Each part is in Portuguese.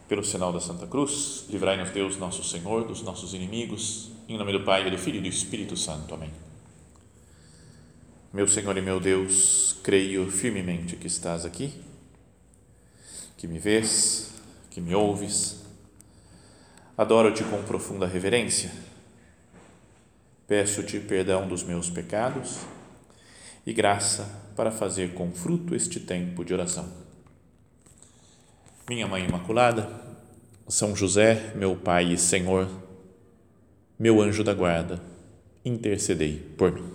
Pelo sinal da Santa Cruz, livrai-nos Deus, nosso Senhor, dos nossos inimigos, em nome do Pai, do Filho e do Espírito Santo. Amém. Meu Senhor e meu Deus, creio firmemente que estás aqui, que me vês, que me ouves. Adoro-te com profunda reverência. Peço-te perdão dos meus pecados e graça para fazer com fruto este tempo de oração. Minha Mãe Imaculada, São José, meu Pai e Senhor, meu anjo da guarda, intercedei por mim.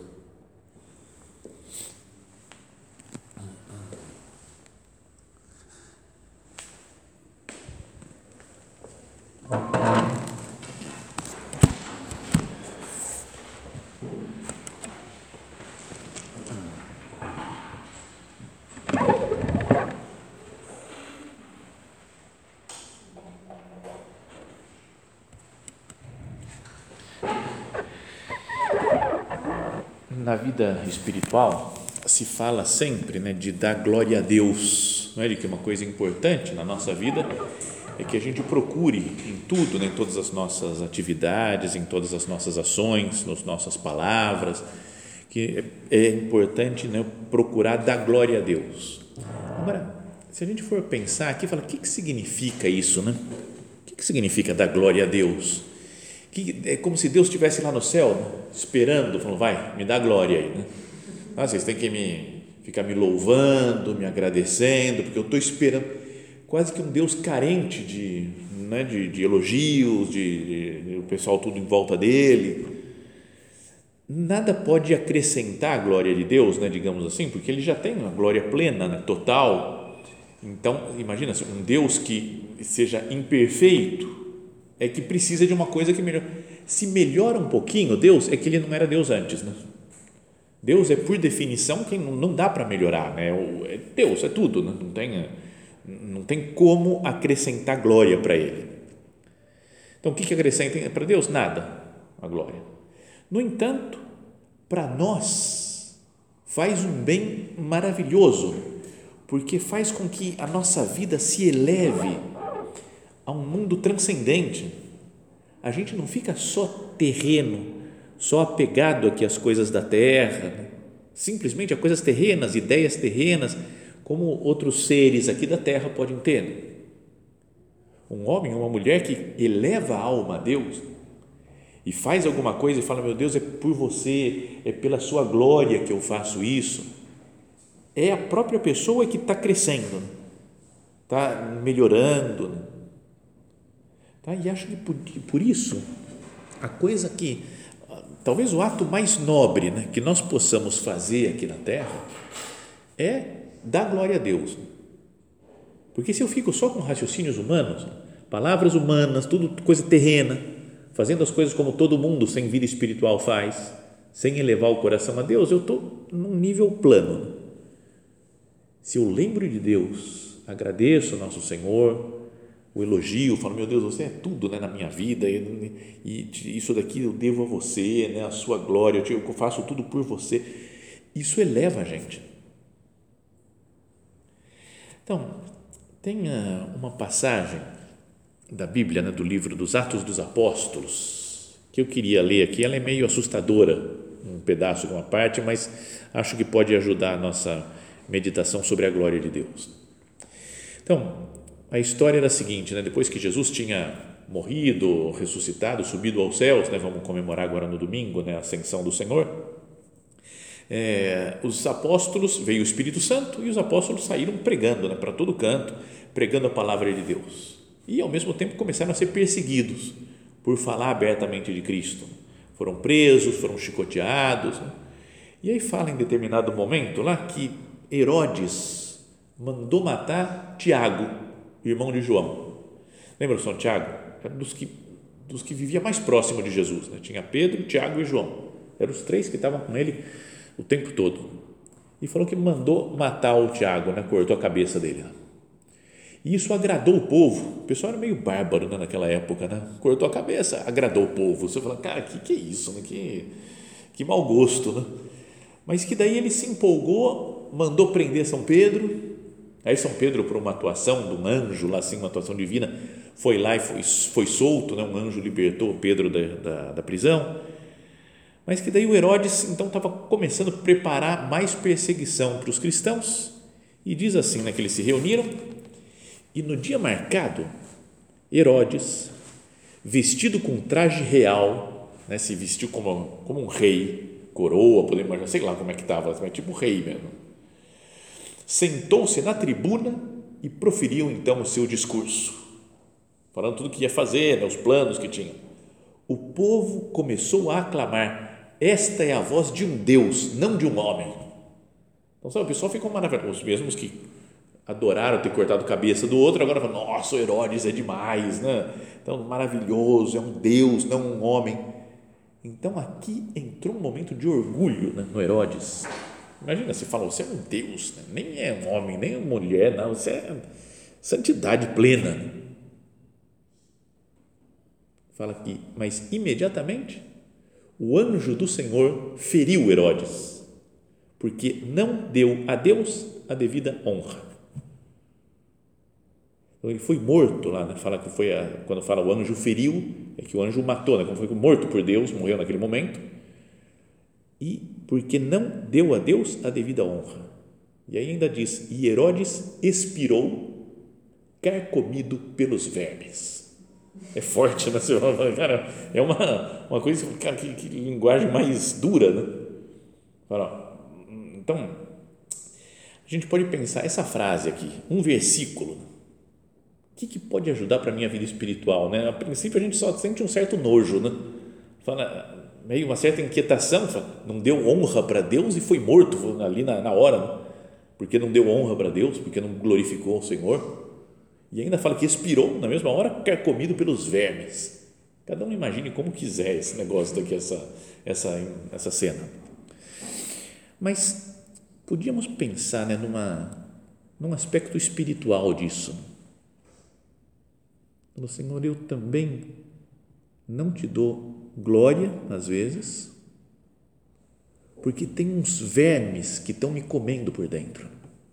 Na vida espiritual se fala sempre, de dar glória a Deus, não é? De que uma coisa importante na nossa vida é que a gente procure em tudo, em todas as nossas atividades, em todas as nossas ações, nas nossas palavras, que é importante, procurar dar glória a Deus. Agora, se a gente for pensar aqui, fala, o que significa isso, O que significa dar glória a Deus? Que é como se Deus estivesse lá no céu, esperando, falando, vai, me dá glória aí, vocês têm que ficar me louvando, me agradecendo, porque eu estou esperando, quase que um Deus carente de elogios, de o pessoal tudo em volta dele. Nada pode acrescentar a glória de Deus, digamos assim, porque ele já tem uma glória plena, total. Então, imagina, um Deus que seja imperfeito, é que precisa de uma coisa que melhora. Se melhora um pouquinho Deus, é que ele não era Deus antes, Deus é, por definição, quem não dá para melhorar, É Deus, é tudo, não tem como acrescentar glória para ele. Então, o que acrescenta para Deus? Nada, a glória. No entanto, para nós, faz um bem maravilhoso, porque faz com que a nossa vida se eleve a um mundo transcendente. A gente não fica só terreno, só apegado aqui às coisas da terra, simplesmente a coisas terrenas, ideias terrenas, como outros seres aqui da terra podem ter. Um homem, uma mulher que eleva a alma a Deus e faz alguma coisa e fala, meu Deus, é por você, é pela sua glória que eu faço isso, é a própria pessoa que está crescendo, está melhorando, e acho que por isso, a coisa que, talvez o ato mais nobre, que nós possamos fazer aqui na terra, é dar glória a Deus. Porque se eu fico só com raciocínios humanos, palavras humanas, tudo coisa terrena, fazendo as coisas como todo mundo sem vida espiritual faz, sem elevar o coração a Deus, eu estou num nível plano. Se eu lembro de Deus, agradeço ao nosso Senhor, o elogio, falo, meu Deus, você é tudo, na minha vida, e isso daqui eu devo a você, a sua glória, eu faço tudo por você, isso eleva a gente. Então, tem uma passagem da Bíblia, do livro dos Atos dos Apóstolos, que eu queria ler aqui, ela é meio assustadora, um pedaço de uma parte, mas acho que pode ajudar a nossa meditação sobre a glória de Deus. Então, a história era a seguinte, depois que Jesus tinha morrido, ressuscitado, subido aos céus, vamos comemorar agora no domingo, a ascensão do Senhor, os apóstolos, veio o Espírito Santo e os apóstolos saíram pregando, para todo canto, pregando a palavra de Deus, e ao mesmo tempo começaram a ser perseguidos por falar abertamente de Cristo, foram presos, foram chicoteados, e aí fala em determinado momento lá que Herodes mandou matar Tiago, irmão de João. Lembra São Tiago? Era dos que vivia mais próximo de Jesus, Tinha Pedro, Tiago e João, eram os três que estavam com ele o tempo todo, e falou que mandou matar o Tiago, cortou a cabeça dele, e isso agradou o povo. O pessoal era meio bárbaro, naquela época, cortou a cabeça, agradou o povo. Você fala, cara, que é isso, que mau gosto, mas que daí ele se empolgou, mandou prender São Pedro. Aí São Pedro, por uma atuação de um anjo lá, assim, uma atuação divina, foi lá e foi solto, né? Um anjo libertou Pedro da prisão, mas que daí o Herodes então estava começando a preparar mais perseguição para os cristãos, e diz assim, né, que eles se reuniram, e no dia marcado, Herodes, vestido com traje real, né, se vestiu como um rei, coroa, podemos imaginar, sei lá como é que estava, mas tipo rei mesmo, sentou-se na tribuna e proferiu então o seu discurso, falando tudo o que ia fazer, né, os planos que tinha. O povo começou a aclamar: esta é a voz de um Deus, não de um homem. Então, sabe, o pessoal ficou maravilhoso, os mesmos que adoraram ter cortado a cabeça do outro, agora falam: nossa, o Herodes é demais, né? Então, maravilhoso, é um Deus, não um homem. Então, aqui entrou um momento de orgulho, né, no Herodes. Imagina, se fala, você é um Deus, né? Nem é um homem, nem é uma mulher, não, você é santidade plena. Fala aqui, mas imediatamente o anjo do Senhor feriu Herodes, porque não deu a Deus a devida honra. Então, ele foi morto lá, né? Fala que foi quando fala o anjo feriu, é que o anjo matou, né? Como foi morto por Deus, morreu naquele momento, e porque não deu a Deus a devida honra. E aí ainda diz: e Herodes expirou, carcomido pelos vermes. É forte, né? Cara, é uma coisa, cara, que linguagem mais dura, né? Então, a gente pode pensar essa frase aqui, um versículo, o que pode ajudar para a minha vida espiritual, né? A princípio a gente só sente um certo nojo, né? Fala, meio uma certa inquietação, fala, não deu honra para Deus e foi morto ali na hora, né? Porque não deu honra para Deus, porque não glorificou o Senhor. E ainda fala que expirou na mesma hora, carcomido pelos vermes. Cada um imagine como quiser esse negócio daqui, essa cena. Mas podíamos pensar, né, num aspecto espiritual disso. Falou: Senhor, eu também não te dou glória às vezes, porque tem uns vermes que estão me comendo por dentro.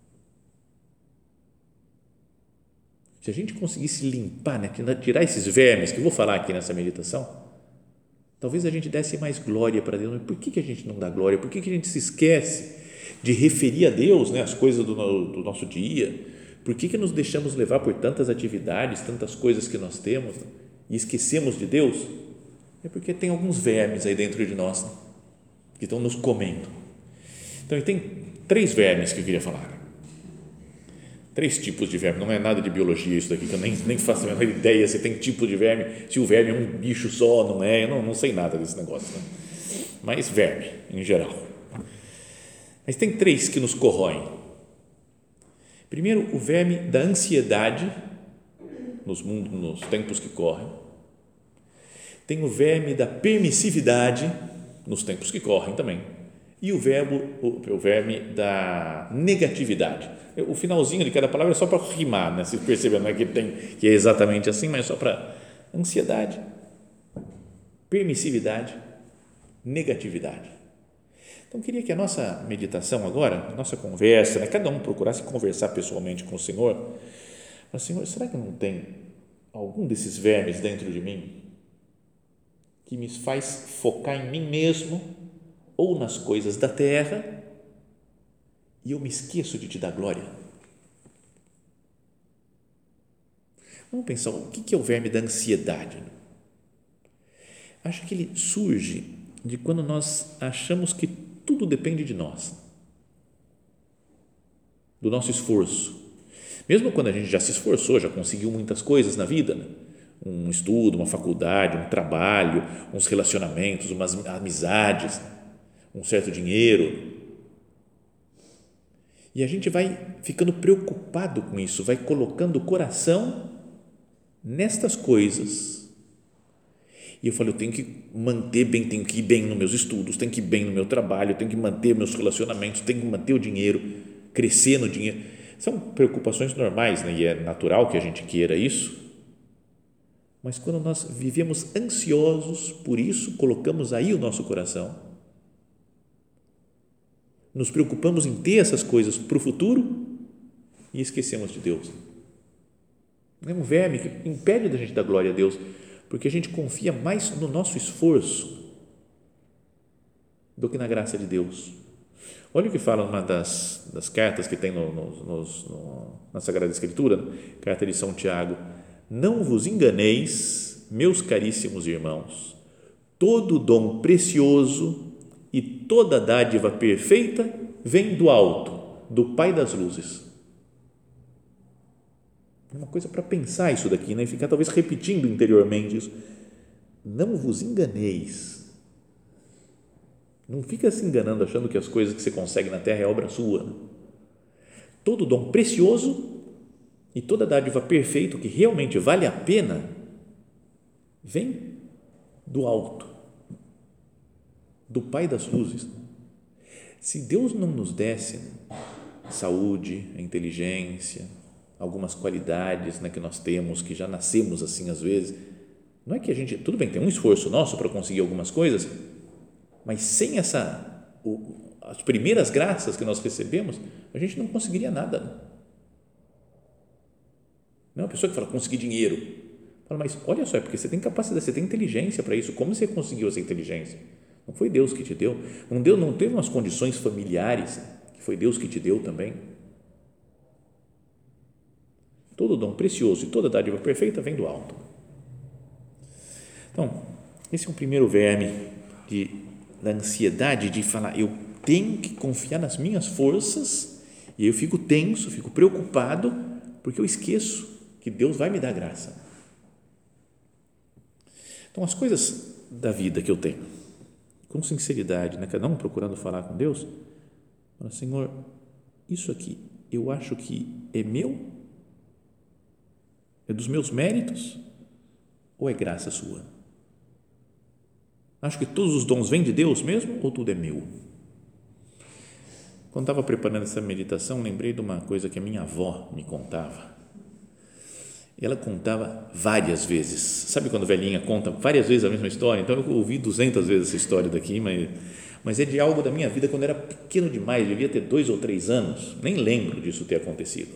Se a gente conseguisse limpar, né, tirar esses vermes, que eu vou falar aqui nessa meditação, talvez a gente desse mais glória para Deus. Mas por que a gente não dá glória? Por que a gente se esquece de referir a Deus, né, as coisas do nosso dia? Por que nos deixamos levar por tantas atividades, tantas coisas que nós temos, né, e esquecemos de Deus? É porque tem alguns vermes aí dentro de nós, né, que estão nos comendo. Então, tem 3 vermes que eu queria falar. 3 tipos de verme, não é nada de biologia isso daqui, que eu nem faço a menor ideia se tem tipo de verme, se o verme é um bicho só, não é, eu não sei nada desse negócio, né? Mas verme, em geral. Mas tem 3 que nos corroem. Primeiro, o verme da ansiedade, nos tempos que correm. Tem o verme da permissividade, nos tempos que correm também. E o verme da negatividade. O finalzinho de cada palavra é só para rimar, né? Vocês percebem, não é que é exatamente assim, mas é só para ansiedade, permissividade, negatividade. Então, eu queria que a nossa meditação agora, a nossa conversa, né? Cada um procurasse conversar pessoalmente com o Senhor. Mas, Senhor, será que não tem algum desses vermes dentro de mim que me faz focar em mim mesmo ou nas coisas da terra e eu me esqueço de te dar glória? Vamos pensar, o que é o verme da ansiedade? Acho que ele surge de quando nós achamos que tudo depende de nós, do nosso esforço. Mesmo quando a gente já se esforçou, já conseguiu muitas coisas na vida, né? Um estudo, uma faculdade, um trabalho, uns relacionamentos, umas amizades, um certo dinheiro. E a gente vai ficando preocupado com isso, vai colocando o coração nestas coisas. E eu falo, eu tenho que manter bem, tenho que ir bem nos meus estudos, tenho que ir bem no meu trabalho, tenho que manter meus relacionamentos, tenho que manter o dinheiro, crescer no dinheiro. São preocupações normais, né? E é natural que a gente queira isso. Mas quando nós vivemos ansiosos por isso, colocamos aí o nosso coração, nos preocupamos em ter essas coisas para o futuro e esquecemos de Deus. É um verme que impede da gente dar glória a Deus, porque a gente confia mais no nosso esforço do que na graça de Deus. Olha o que fala uma das cartas que tem na Sagrada Escritura, carta de São Tiago: não vos enganeis, meus caríssimos irmãos, todo dom precioso e toda dádiva perfeita vem do alto, do Pai das luzes. É uma coisa para pensar isso daqui, né? E ficar talvez repetindo interiormente isso. Não vos enganeis. Não fica se enganando achando que as coisas que você consegue na terra é obra sua. Né? Todo dom precioso e toda dádiva perfeita que realmente vale a pena vem do alto, do Pai das luzes. Se Deus não nos desse saúde, a inteligência, algumas qualidades, né, que nós temos, que já nascemos assim às vezes, não é que a gente, tudo bem, tem um esforço nosso para conseguir algumas coisas, mas sem as primeiras graças que nós recebemos, a gente não conseguiria nada. Não é uma pessoa que fala, conseguir dinheiro. Fala, mas olha só, é porque você tem capacidade, você tem inteligência para isso. Como você conseguiu essa inteligência? Não foi Deus que te deu. Não teve umas condições familiares, que foi Deus que te deu também. Todo dom precioso e toda dádiva perfeita vem do alto. Então, esse é o primeiro verme da ansiedade de falar, eu tenho que confiar nas minhas forças, e eu fico tenso, fico preocupado, porque eu esqueço que Deus vai me dar graça. Então, as coisas da vida que eu tenho, com sinceridade, né, cada um procurando falar com Deus, fala, Senhor, isso aqui eu acho que é meu? É dos meus méritos? Ou é graça sua? Acho que todos os dons vêm de Deus mesmo ou tudo é meu? Quando estava preparando essa meditação, lembrei de uma coisa que a minha avó me contava. Ela contava várias vezes. Sabe quando a velhinha conta várias vezes a mesma história? Então, eu ouvi 200 vezes essa história daqui, mas é de algo da minha vida quando eu era pequeno demais, devia ter 2 ou 3 anos, nem lembro disso ter acontecido.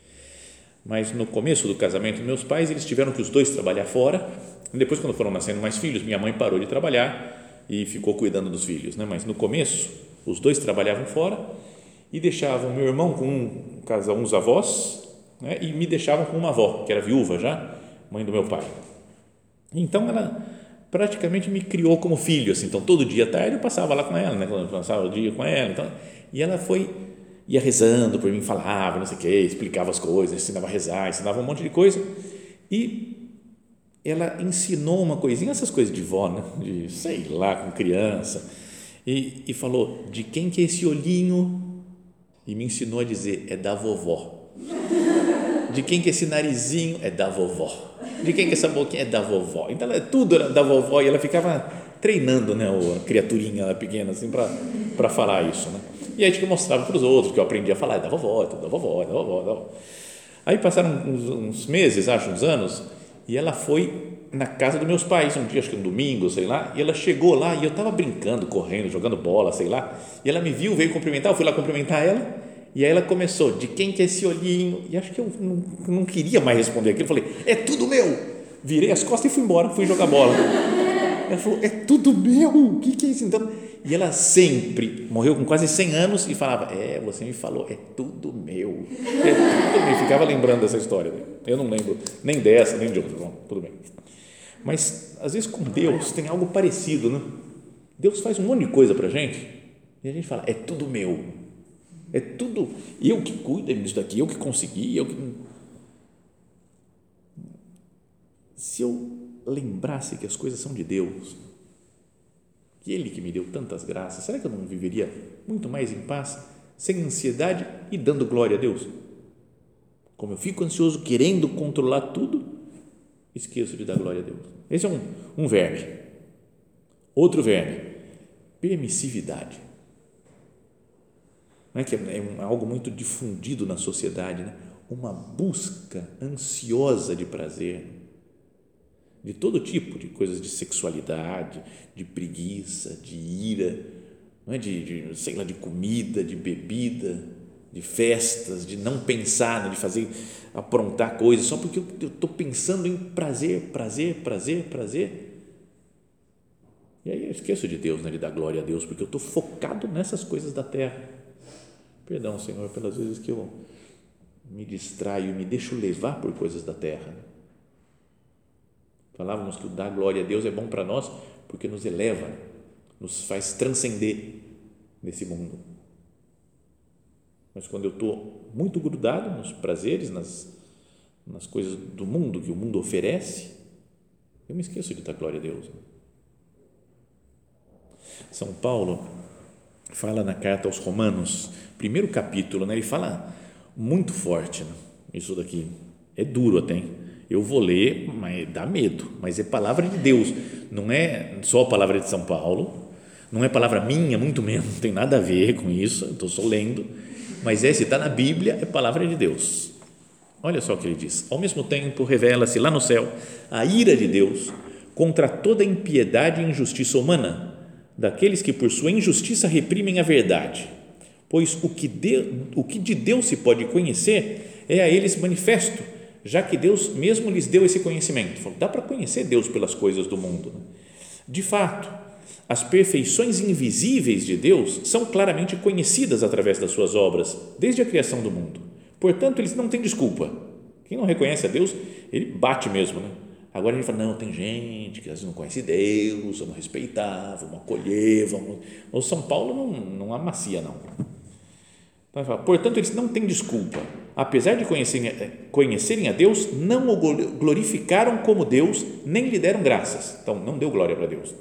Mas no começo do casamento dos meus pais, eles tiveram que os dois trabalhar fora. E depois, quando foram nascendo mais filhos, minha mãe parou de trabalhar e ficou cuidando dos filhos, né? Mas no começo, os dois trabalhavam fora e deixavam meu irmão com uns avós, né? E me deixavam com uma avó, que era viúva já, mãe do meu pai. Então, ela praticamente me criou como filho, assim. Então, todo dia à tarde eu passava lá com ela, né? Quando eu passava o dia com ela. Então, e ela ia rezando por mim, falava, não sei o que, explicava as coisas, ensinava a rezar, ensinava um monte de coisa, e ela ensinou uma coisinha, essas coisas de vó, né? De, sei lá, com criança, e falou, de quem que é esse olhinho? E me ensinou a dizer, é da vovó. De quem que é esse narizinho? É da vovó. De quem que é essa boquinha? É da vovó. Então, tudo era da vovó, e ela ficava treinando, né, a criaturinha pequena, assim, para falar isso, né? E aí, eu mostrava para os outros, que eu aprendi a falar, é da vovó, é tudo da vovó, é da vovó, é da vovó. Aí passaram uns meses, uns anos, e ela foi na casa dos meus pais, um dia, acho que um domingo, sei lá, e ela chegou lá, e eu estava brincando, correndo, jogando bola, sei lá, e ela me viu, veio cumprimentar, eu fui lá cumprimentar ela, e aí ela começou, de quem que é esse olhinho? E acho que eu não queria mais responder aquilo, eu falei, é tudo meu! Virei as costas e fui embora, fui jogar bola. Ela falou, é tudo meu, o que é isso então? E ela sempre, morreu com quase 100 anos e falava, você me falou, é tudo meu, ficava lembrando dessa história, eu não lembro nem dessa, nem de outra, bom, tudo bem. Mas, às vezes, com Deus tem algo parecido, né? Deus faz um monte de coisa para a gente e a gente fala, é tudo meu, é tudo, eu que cuido disso daqui, eu que consegui, Se eu lembrasse que as coisas são de Deus, que Ele que me deu tantas graças, será que eu não viveria muito mais em paz, sem ansiedade e dando glória a Deus? Como eu fico ansioso, querendo controlar tudo, esqueço de dar glória a Deus. Esse é um verme. Outro verme, permissividade. Não é que é algo muito difundido na sociedade, né? Uma busca ansiosa de prazer, de todo tipo de coisas, de sexualidade, de preguiça, de ira, não é? Sei lá, de comida, de bebida, de festas, de não pensar, de fazer aprontar coisas só porque eu estou pensando em prazer. E aí eu esqueço de Deus, né, de dar glória a Deus, porque eu estou focado nessas coisas da terra. Perdão, Senhor, pelas vezes que eu me distraio, me deixo levar por coisas da terra. Falávamos que o dar glória a Deus é bom para nós porque nos eleva, nos faz transcender nesse mundo. Mas quando eu estou muito grudado nos prazeres, nas coisas do mundo, que o mundo oferece, eu me esqueço de dar glória a Deus. São Paulo fala na carta aos Romanos, primeiro capítulo, né, ele fala muito forte, né, isso daqui é duro até, hein? Eu vou ler, mas dá medo, mas é palavra de Deus, não é só a palavra de São Paulo, não é palavra minha, muito menos, não tem nada a ver com isso, estou só lendo, mas se está na Bíblia, é palavra de Deus. Olha só o que ele diz: ao mesmo tempo revela-se lá no céu a ira de Deus contra toda impiedade e injustiça humana, daqueles que por sua injustiça reprimem a verdade, pois o que de Deus se pode conhecer é a eles manifesto, já que Deus mesmo lhes deu esse conhecimento. Dá para conhecer Deus pelas coisas do mundo, né? De fato, as perfeições invisíveis de Deus são claramente conhecidas através das suas obras, desde a criação do mundo. Portanto, eles não têm desculpa. Quem não reconhece a Deus, ele bate mesmo, né? Agora a gente fala, não, tem gente que às vezes não conhece Deus, vamos respeitar, vamos acolher, vamos... O São Paulo não amacia, não. Então, fala, portanto, eles não têm desculpa. Apesar de conhecerem a Deus, não o glorificaram como Deus, nem lhe deram graças. Então, não deu glória para Deus.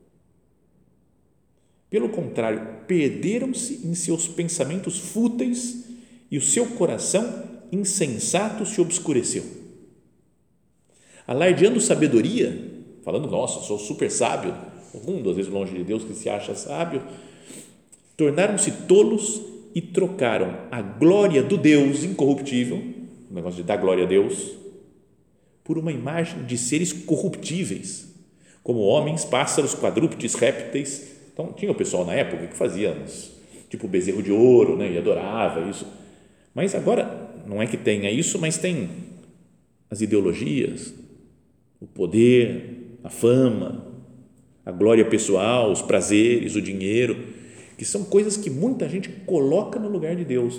Pelo contrário, perderam-se em seus pensamentos fúteis e o seu coração insensato se obscureceu. Alardeando sabedoria, falando, nossa, sou super sábio, o mundo às vezes longe de Deus que se acha sábio, tornaram-se tolos e trocaram a glória do Deus incorruptível, o negócio de dar glória a Deus, por uma imagem de seres corruptíveis, como homens, pássaros, quadrúpedes, répteis. Então, tinha o pessoal na época que fazia tipo bezerro de ouro, né, e adorava isso. Mas agora, não é que tenha isso, mas tem as ideologias, o poder, a fama, a glória pessoal, os prazeres, o dinheiro, que são coisas que muita gente coloca no lugar de Deus.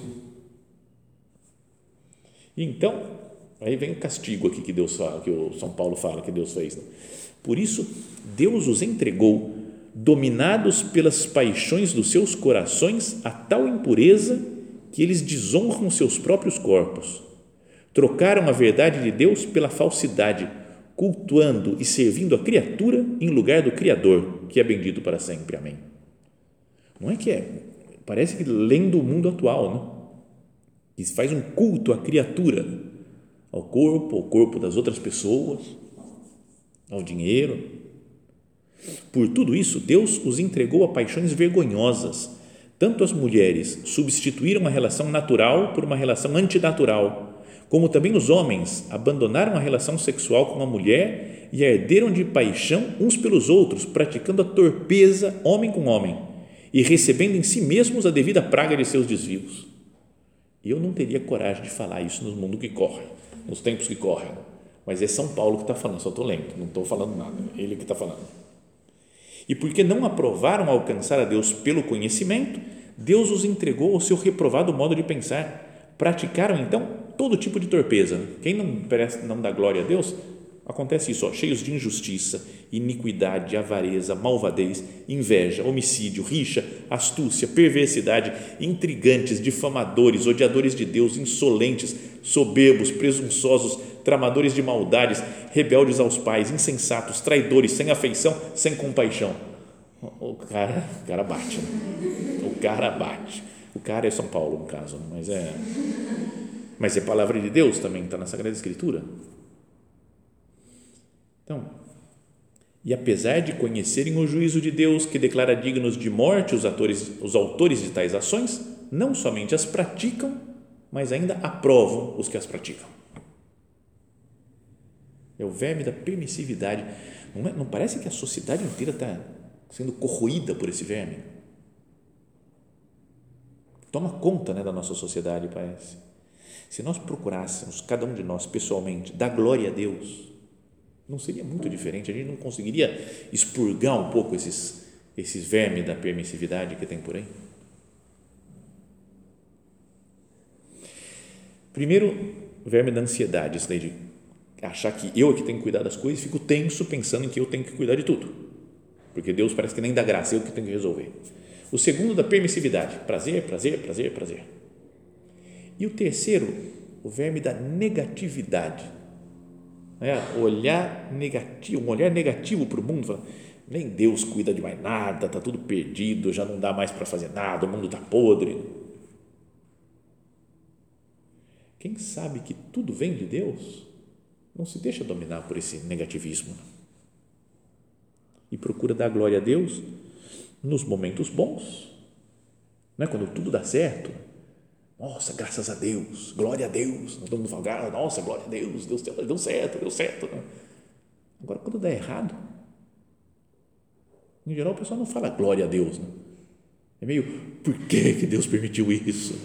E então, aí vem o castigo aqui que Deus fala, que o São Paulo fala que Deus fez. Né? Por isso, Deus os entregou, dominados pelas paixões dos seus corações, a tal impureza que eles desonram seus próprios corpos. Trocaram a verdade de Deus pela falsidade, cultuando e servindo a criatura em lugar do Criador, que é bendito para sempre. Amém. Não é que parece que lendo o mundo atual, né? Que faz um culto à criatura, ao corpo das outras pessoas, ao dinheiro. Por tudo isso, Deus os entregou a paixões vergonhosas. Tanto as mulheres substituíram a relação natural por uma relação antinatural, como também os homens abandonaram a relação sexual com a mulher e arderam de paixão uns pelos outros, praticando a torpeza homem com homem e recebendo em si mesmos a devida praga de seus desvios. Eu não teria coragem de falar isso no mundo que corre, nos tempos que correm, mas é São Paulo que está falando, só estou lendo, não estou falando nada, é ele que está falando. E porque não aprovaram alcançar a Deus pelo conhecimento, Deus os entregou ao seu reprovado modo de pensar. Praticaram, então, todo tipo de torpeza. Quem não dá glória a Deus, acontece isso, cheios de injustiça, iniquidade, avareza, malvadez, inveja, homicídio, rixa, astúcia, perversidade, intrigantes, difamadores, odiadores de Deus, insolentes, soberbos, presunçosos, tramadores de maldades, rebeldes aos pais, insensatos, traidores, sem afeição, sem compaixão. O cara bate, né? O cara bate. O cara é São Paulo, no caso, mas é palavra de Deus também, está na Sagrada Escritura. Então, e apesar de conhecerem o juízo de Deus que declara dignos de morte os autores de tais ações, não somente as praticam, mas ainda aprovam os que as praticam. É o verme da permissividade. Não parece que a sociedade inteira está sendo corroída por esse verme? Toma conta, né, da nossa sociedade, parece. Se nós procurássemos, cada um de nós pessoalmente, dar glória a Deus, não seria muito diferente, a gente não conseguiria expurgar um pouco esses vermes da permissividade que tem por aí? Primeiro, verme da ansiedade, isso daí de achar que eu é que tenho que cuidar das coisas, fico tenso pensando em que eu tenho que cuidar de tudo, porque Deus parece que nem dá graça, eu que tenho que resolver. O segundo, da permissividade, prazer, prazer, prazer, prazer. E o terceiro, o verme da negatividade, olhar negativo, um olhar negativo para o mundo, falar, nem Deus cuida de mais nada, está tudo perdido, já não dá mais para fazer nada, o mundo está podre. Quem sabe que tudo vem de Deus, não se deixa dominar por esse negativismo e procura dar glória a Deus nos momentos bons, não é? Quando tudo dá certo, nossa, graças a Deus, glória a Deus, todo mundo fala, nossa, glória a Deus, deu certo. Agora, quando dá errado, em geral, o pessoal não fala glória a Deus, né? É meio, por que Deus permitiu isso?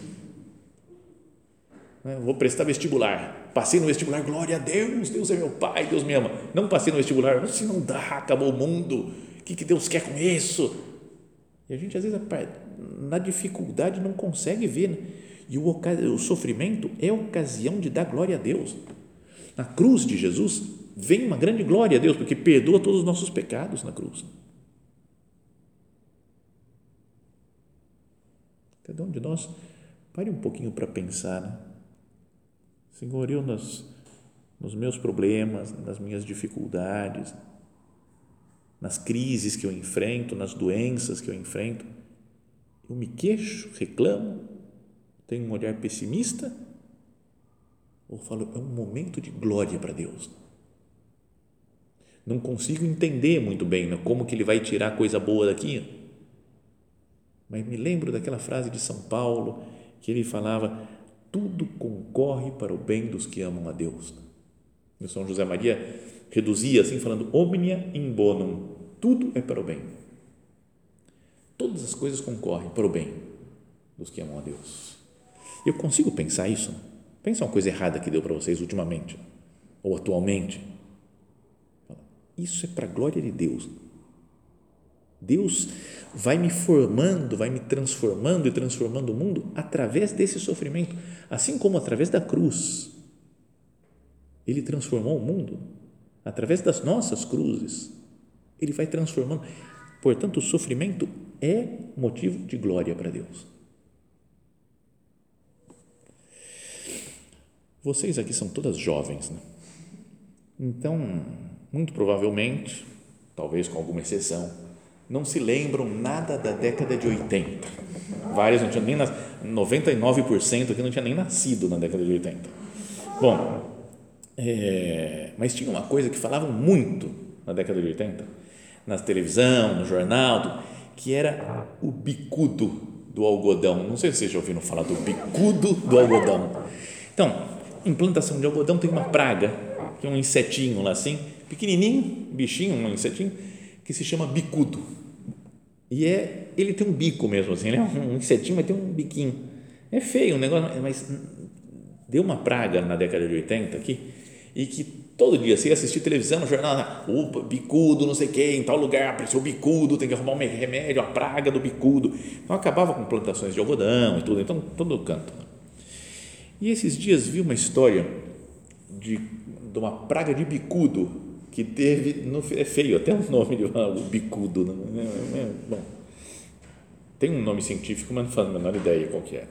Vou prestar vestibular, passei no vestibular, glória a Deus, Deus é meu Pai, Deus me ama. Não passei no vestibular, se não dá, acabou o mundo, o que Deus quer com isso? E a gente, às vezes, na dificuldade, não consegue ver, né? E o sofrimento é ocasião de dar glória a Deus. Na cruz de Jesus vem uma grande glória a Deus, porque perdoa todos os nossos pecados na cruz. Cada um de nós pare um pouquinho para pensar, né? Senhor, eu nos meus problemas, nas minhas dificuldades, nas crises que eu enfrento, nas doenças que eu enfrento, eu me queixo, reclamo, tenho um olhar pessimista, ou falo, é um momento de glória para Deus. Não consigo entender muito bem, né, como que Ele vai tirar coisa boa daqui, mas me lembro daquela frase de São Paulo, que ele falava, tudo concorre para o bem dos que amam a Deus. E o São José Maria reduzia assim, falando, omnia in bonum, tudo é para o bem. Todas as coisas concorrem para o bem dos que amam a Deus. Eu consigo pensar isso? Pensa uma coisa errada que deu para vocês ultimamente, ou atualmente. Isso é para a glória de Deus. Deus vai me formando, vai me transformando e transformando o mundo através desse sofrimento, assim como através da cruz. Ele transformou o mundo através das nossas cruzes. Ele vai transformando. Portanto, o sofrimento é motivo de glória para Deus. Vocês aqui são todas jovens, né? Então, muito provavelmente, talvez com alguma exceção, não se lembram nada da década de 80. Vários não tinham nem 99% aqui não tinha nem nascido na década de 80. Bom, mas tinha uma coisa que falavam muito na década de 80, na televisão, no jornal, que era o bicudo do algodão. Não sei se vocês já ouviram falar do bicudo do algodão. Então, em plantação de algodão tem uma praga, que é um insetinho lá assim, pequenininho, bichinho, um insetinho, que se chama bicudo. E ele tem um bico mesmo, assim, ele é um insetinho, mas tem um biquinho. É feio o negócio, mas deu uma praga na década de 80 aqui, e que todo dia você ia assistir televisão, no jornal, opa, bicudo, não sei quem, em tal lugar, apareceu o bicudo, tem que arrumar um remédio, a praga do bicudo. Então, acabava com plantações de algodão e tudo, então, todo canto. E esses dias vi uma história de uma praga de bicudo que teve, é feio até o nome de bicudo, bom, tem um nome científico, mas não faço a menor ideia qual que era.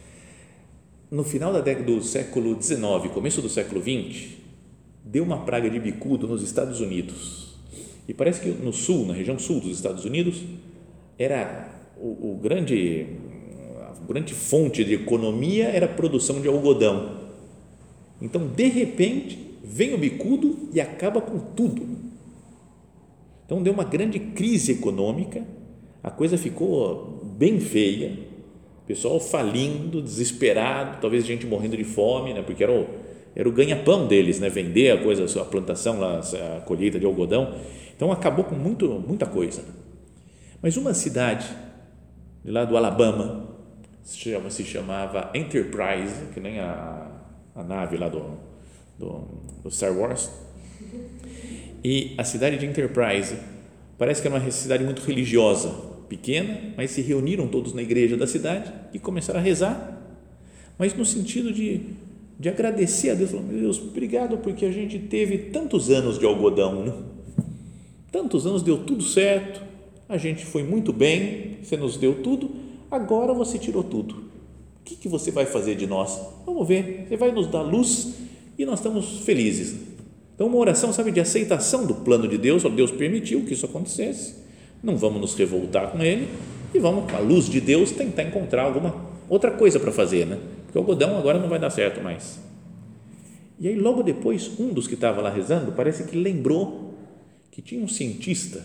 No final da década do século XIX, começo do século XX, deu uma praga de bicudo nos Estados Unidos, e parece que no sul, na região sul dos Estados Unidos, era a grande fonte de economia era a produção de algodão. Então, de repente, vem o bicudo e acaba com tudo. Então, deu uma grande crise econômica, a coisa ficou bem feia, o pessoal falindo, desesperado, talvez gente morrendo de fome, né, porque era o ganha-pão deles, né, vender a plantação, a colheita de algodão. Então, acabou com muita coisa. Mas uma cidade lá do Alabama se chamava Enterprise, que nem a a nave lá do Star Wars. E a cidade de Enterprise parece que era uma cidade muito religiosa, pequena, mas se reuniram todos na igreja da cidade e começaram a rezar, mas no sentido de agradecer a Deus, falando, meu Deus, obrigado porque a gente teve tantos anos de algodão, né? Tantos anos deu tudo certo, a gente foi muito bem, você nos deu tudo, agora você tirou tudo. O que você vai fazer de nós? Vamos ver, você vai nos dar luz e nós estamos felizes. Então, uma oração, sabe, de aceitação do plano de Deus. Deus permitiu que isso acontecesse, não vamos nos revoltar com ele e vamos, com a luz de Deus, tentar encontrar alguma outra coisa para fazer, né? Porque o algodão agora não vai dar certo mais. E aí, logo depois, um dos que estava lá rezando, parece que lembrou que tinha um cientista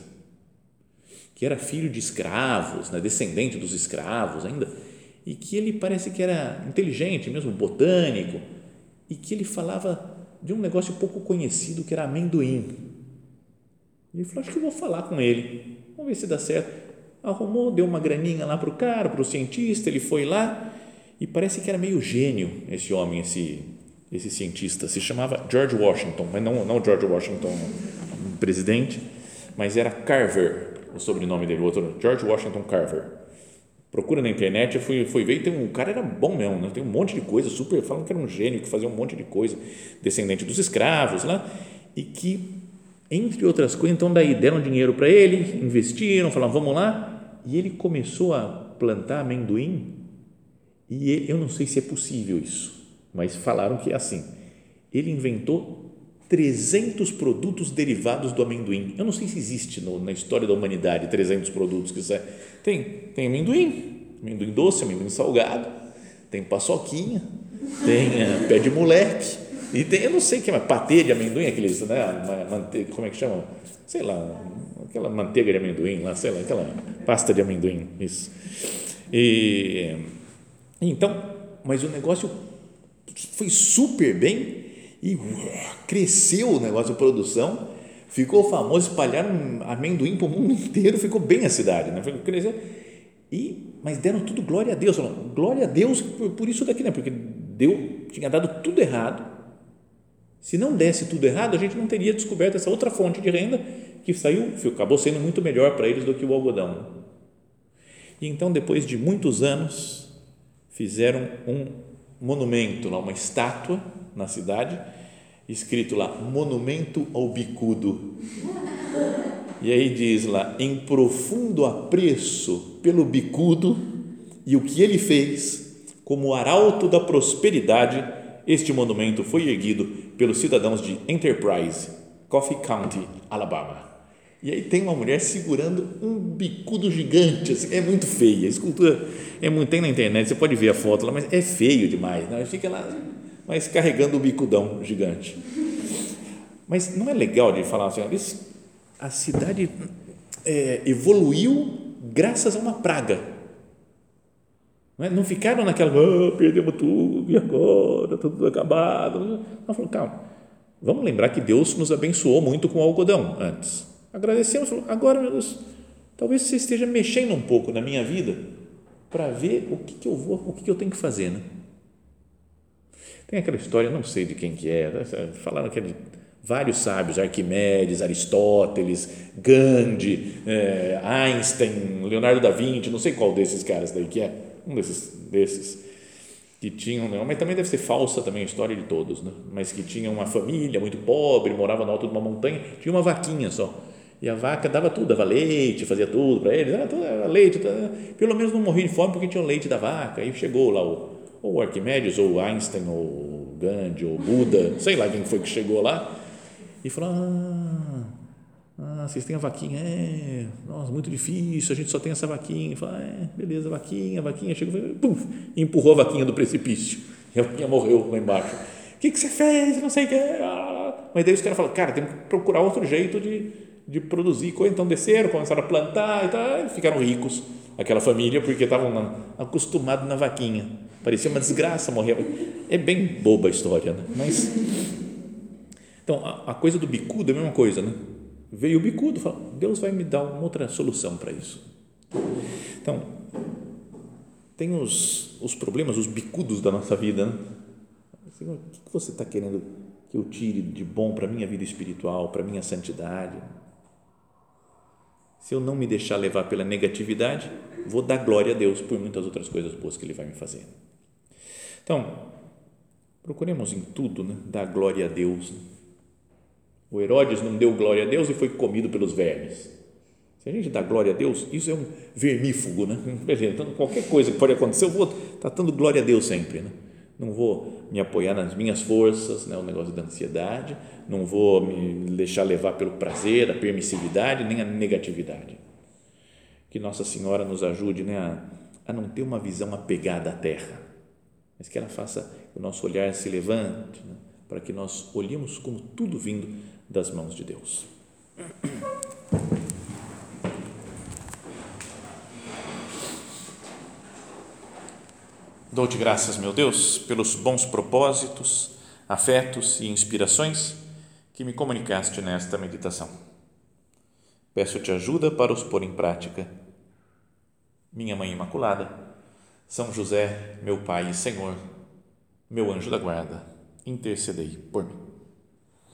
que era filho de escravos, né, descendente dos escravos ainda, e que ele parece que era inteligente, mesmo botânico, e que ele falava de um negócio pouco conhecido que era amendoim. E ele falou, acho que eu vou falar com ele, vamos ver se dá certo. Arrumou, deu uma graninha lá para o cara, para o cientista, ele foi lá, e parece que era meio gênio esse homem, esse cientista, se chamava George Washington, mas não George Washington, um presidente, mas era Carver, o sobrenome dele, o outro, George Washington Carver. Procura na internet, fui ver, e o cara era bom mesmo, né? Tem um monte de coisa, super, falam que era um gênio, que fazia um monte de coisa, descendente dos escravos lá, e que, entre outras coisas, então daí deram dinheiro para ele, investiram, falaram, vamos lá, e ele começou a plantar amendoim, e eu não sei se é possível isso, mas falaram que é assim, ele inventou 300 produtos derivados do amendoim. Eu não sei se existe na história da humanidade 300 produtos que isso é. Tem amendoim doce, amendoim salgado, tem paçoquinha, tem pé de moleque, e tem, eu não sei o que é, patê de amendoim, aqueles, né, manteiga, como é que chama? Sei lá, aquela manteiga de amendoim lá, sei lá, aquela pasta de amendoim, isso. E então, mas o negócio foi super bem e cresceu o negócio de produção, ficou famoso, espalharam amendoim para o mundo inteiro, ficou bem a cidade, né? Cresceu, mas deram tudo glória a Deus, falaram, glória a Deus por isso daqui, né? Porque tinha dado tudo errado, se não desse tudo errado, a gente não teria descoberto essa outra fonte de renda que acabou sendo muito melhor para eles do que o algodão. E então, depois de muitos anos, fizeram um monumento lá, uma estátua na cidade, escrito lá, monumento ao bicudo, e aí diz lá, em profundo apreço pelo bicudo e o que ele fez, como arauto da prosperidade, este monumento foi erguido pelos cidadãos de Enterprise, Coffee County, Alabama. E aí tem uma mulher segurando um bicudo gigante, assim, é muito feia, a escultura tem na internet, você pode ver a foto lá, mas é feio demais, né? Fica lá, mas carregando o bicudão gigante. Mas não é legal de falar assim, a cidade evoluiu graças a uma praga, não ficaram naquela, perdemos tudo, e agora, está tudo acabado. Não, falou, calma, vamos lembrar que Deus nos abençoou muito com o algodão antes, agradecemos, falou, agora, meu Deus, talvez você esteja mexendo um pouco na minha vida para ver o que eu tenho que fazer, né? Tem aquela história, não sei de quem que é, falaram que é de vários sábios, Arquimedes, Aristóteles, Gandhi, Einstein, Leonardo da Vinci, não sei qual desses caras daí que é, um desses que tinham, mas também deve ser falsa também a história de todos, né? Mas que tinha uma família muito pobre, morava no alto de uma montanha, tinha uma vaquinha só, e a vaca dava tudo, dava leite, fazia tudo para eles, leite, pelo menos não morria de fome porque tinha o leite da vaca. Aí chegou lá ou Arquimedes, ou Einstein, ou Gandhi, ou Buda, sei lá quem foi que chegou lá e falou, vocês têm a vaquinha, nossa, muito difícil, a gente só tem essa vaquinha. Fala, beleza, a vaquinha chegou, puf, e empurrou a vaquinha do precipício, e a vaquinha morreu lá embaixo. O que você fez? Não sei o que. Mas daí os caras falaram, cara, tem que procurar outro jeito de produzir coisa. Então desceram, começaram a plantar e tal, e ficaram ricos, aquela família, porque estavam acostumados na vaquinha. Parecia uma desgraça, morrer. É bem boba a história, né? Mas então a coisa do bicudo é a mesma coisa, né? Veio o bicudo, falou, Deus vai me dar uma outra solução para isso. Então tem os problemas, os bicudos da nossa vida, né? Senhor, o que você está querendo que eu tire de bom para a minha vida espiritual, para a minha santidade? Se eu não me deixar levar pela negatividade, vou dar glória a Deus por muitas outras coisas boas que Ele vai me fazer. Então, procuremos em tudo, né, dar glória a Deus. O Herodes não deu glória a Deus e foi comido pelos vermes. Se a gente dá glória a Deus, isso é um vermífugo, né? Então, qualquer coisa que pode acontecer, eu vou estar dando glória a Deus sempre, né? Não vou me apoiar nas minhas forças, né? O negócio da ansiedade, não vou me deixar levar pelo prazer, a permissividade, nem a negatividade. Que Nossa Senhora nos ajude, né, a não ter uma visão apegada à terra, mas que ela faça que o nosso olhar se levante, né, para que nós olhemos como tudo vindo das mãos de Deus. Dou-te graças, meu Deus, pelos bons propósitos, afetos e inspirações que me comunicaste nesta meditação. Peço-te ajuda para os pôr em prática. Minha Mãe Imaculada, São José, meu Pai e Senhor, meu anjo da guarda, intercedei por mim.